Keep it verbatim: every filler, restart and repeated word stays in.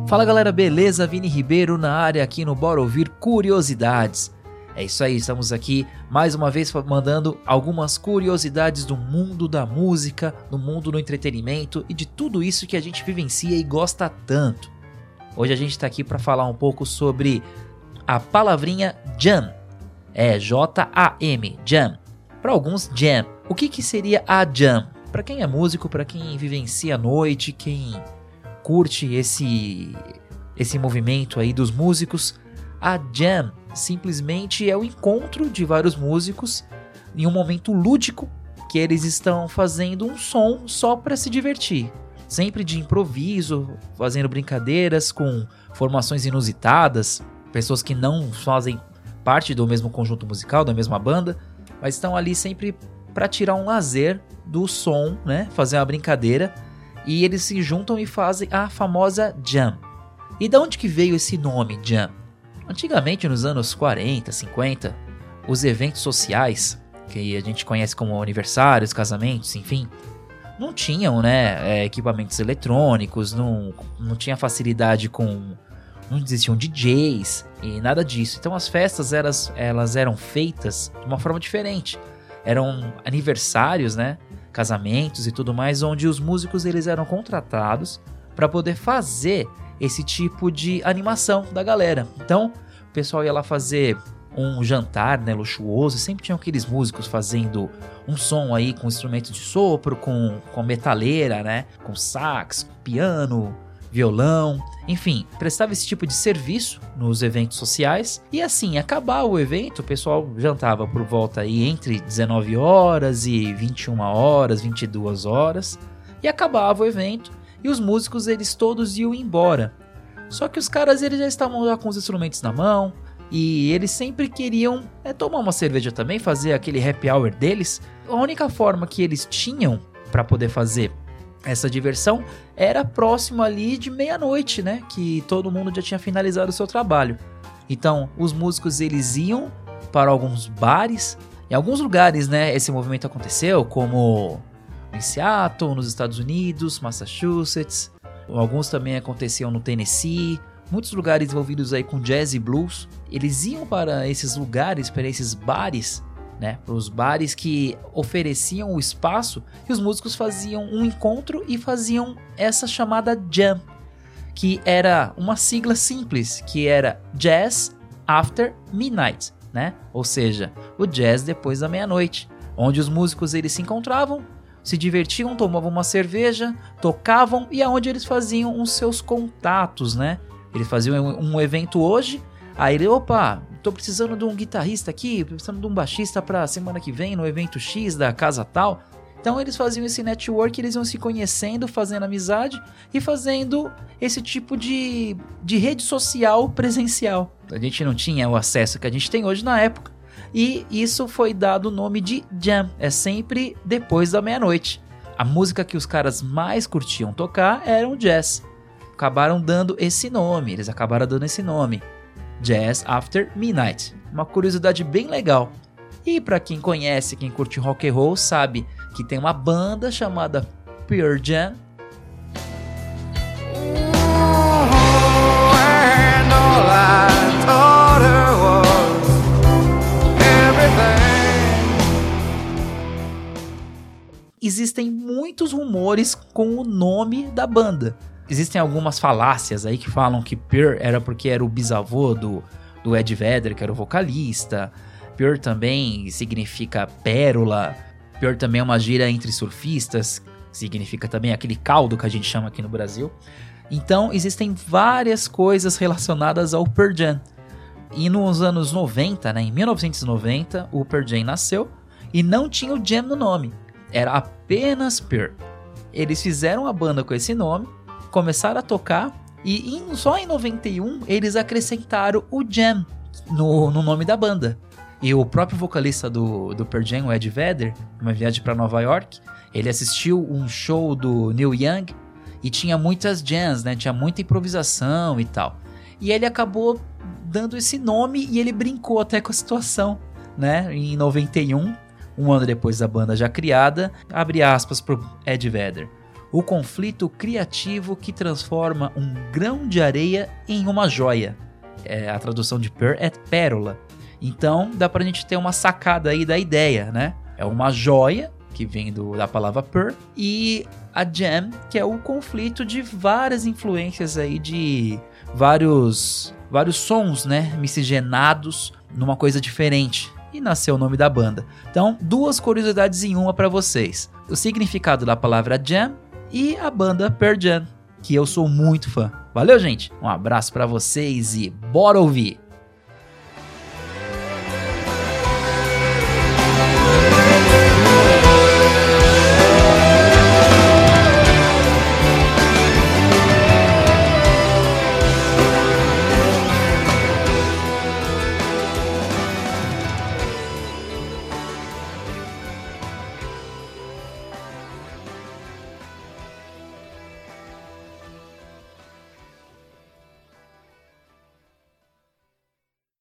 Fala galera, beleza? Vini Ribeiro na área aqui no Bora Ouvir Curiosidades. É isso aí, estamos aqui mais uma vez mandando algumas curiosidades do mundo da música, do mundo do entretenimento e de tudo isso que a gente vivencia e gosta tanto. Hoje a gente está aqui para falar um pouco sobre a palavrinha jam. É J A M, jam. Para alguns, jam. O que, que seria a jam? Para quem é músico, para quem vivencia a noite, quem curte esse, esse movimento aí dos músicos, a jam simplesmente é o encontro de vários músicos em um momento lúdico que eles estão fazendo um som só para se divertir. Sempre de improviso, fazendo brincadeiras com formações inusitadas, pessoas que não fazem parte do mesmo conjunto musical, da mesma banda, mas estão ali sempre para tirar um lazer do som, né? Fazer uma brincadeira. E eles se juntam e fazem a famosa jam. E de onde que veio esse nome, jam? Antigamente, nos anos quarenta, cinquenta, os eventos sociais, que a gente conhece como aniversários, casamentos, enfim, não tinham, né, equipamentos eletrônicos, não, não tinha facilidade com... não existiam D Js e nada disso. Então as festas elas, elas eram feitas de uma forma diferente. Eram aniversários, né? Casamentos e tudo mais, onde os músicos eles eram contratados para poder fazer esse tipo de animação da galera. Então, o pessoal ia lá fazer um jantar, né, luxuoso, sempre tinham aqueles músicos fazendo um som aí com instrumentos de sopro, com, com metaleira, né, com sax, piano, violão, enfim, prestava esse tipo de serviço nos eventos sociais. E assim, acabar o evento, o pessoal jantava por volta aí entre dezenove horas e vinte e uma horas, vinte e duas horas, e acabava o evento e os músicos eles todos iam embora. Só que os caras eles já estavam lá com os instrumentos na mão e eles sempre queriam é, tomar uma cerveja também, fazer aquele happy hour deles. A única forma que eles tinham para poder fazer essa diversão era próximo ali de meia-noite, né? Que todo mundo já tinha finalizado o seu trabalho. Então, os músicos eles iam para alguns bares. Em alguns lugares, né? Esse movimento aconteceu, como em Seattle, nos Estados Unidos, Massachusetts. Alguns também aconteciam no Tennessee. Muitos lugares envolvidos aí com jazz e blues. Eles iam para esses lugares, para esses bares, né, para os bares que ofereciam o espaço e os músicos faziam um encontro e faziam essa chamada jam, que era uma sigla simples, que era Jazz After Midnight, né? Ou seja, o jazz depois da meia-noite, onde os músicos eles se encontravam, se divertiam, tomavam uma cerveja, tocavam e aonde eles faziam os seus contatos, né? Eles faziam um evento hoje, aí ele, opa, tô precisando de um guitarrista aqui, precisando de um baixista pra semana que vem no evento X da casa tal. Então eles faziam esse network, eles iam se conhecendo, fazendo amizade e fazendo esse tipo de, de rede social presencial. A gente não tinha o acesso que a gente tem hoje na época e isso foi dado o nome de jam, é sempre depois da meia-noite. A música que os caras mais curtiam tocar era o jazz. Acabaram dando esse nome, eles acabaram dando esse nome. Jazz After Midnight, uma curiosidade bem legal. E para quem conhece, quem curte rock and roll, sabe que tem uma banda chamada Pearl Jam. Existem muitos rumores com o nome da banda. Existem algumas falácias aí que falam que Pearl era porque era o bisavô do, do Ed Vedder, que era o vocalista. Pearl também significa pérola. Pearl também é uma gíria entre surfistas, significa também aquele caldo que a gente chama aqui no Brasil. Então existem várias coisas relacionadas ao Pearl Jam. E nos anos noventa, né, em mil novecentos e noventa, o Pearl Jam nasceu e não tinha o Jam no nome. Era apenas Pearl. Eles fizeram a banda com esse nome, começaram a tocar e em, só em noventa e um eles acrescentaram o Jam no, no nome da banda. E o próprio vocalista do, do Pearl Jam, o Ed Vedder, numa viagem para Nova York, ele assistiu um show do Neil Young e tinha muitas jams, né? Tinha muita improvisação e tal. E ele acabou dando esse nome e ele brincou até com a situação, né? Em noventa e um, um ano depois da banda já criada, abre aspas pro Ed Vedder. o conflito criativo que transforma um grão de areia em uma joia. É, a tradução de pearl é pérola. Então dá pra gente ter uma sacada aí da ideia, né? É uma joia, que vem do, da palavra pearl, e a jam, que é o conflito de várias influências aí, de vários, vários sons, né, miscigenados numa coisa diferente. E nasceu o nome da banda. Então, duas curiosidades em uma para vocês. O significado da palavra jam e a banda Pearl Jam, que eu sou muito fã. Valeu, gente? Um abraço para vocês e bora ouvir!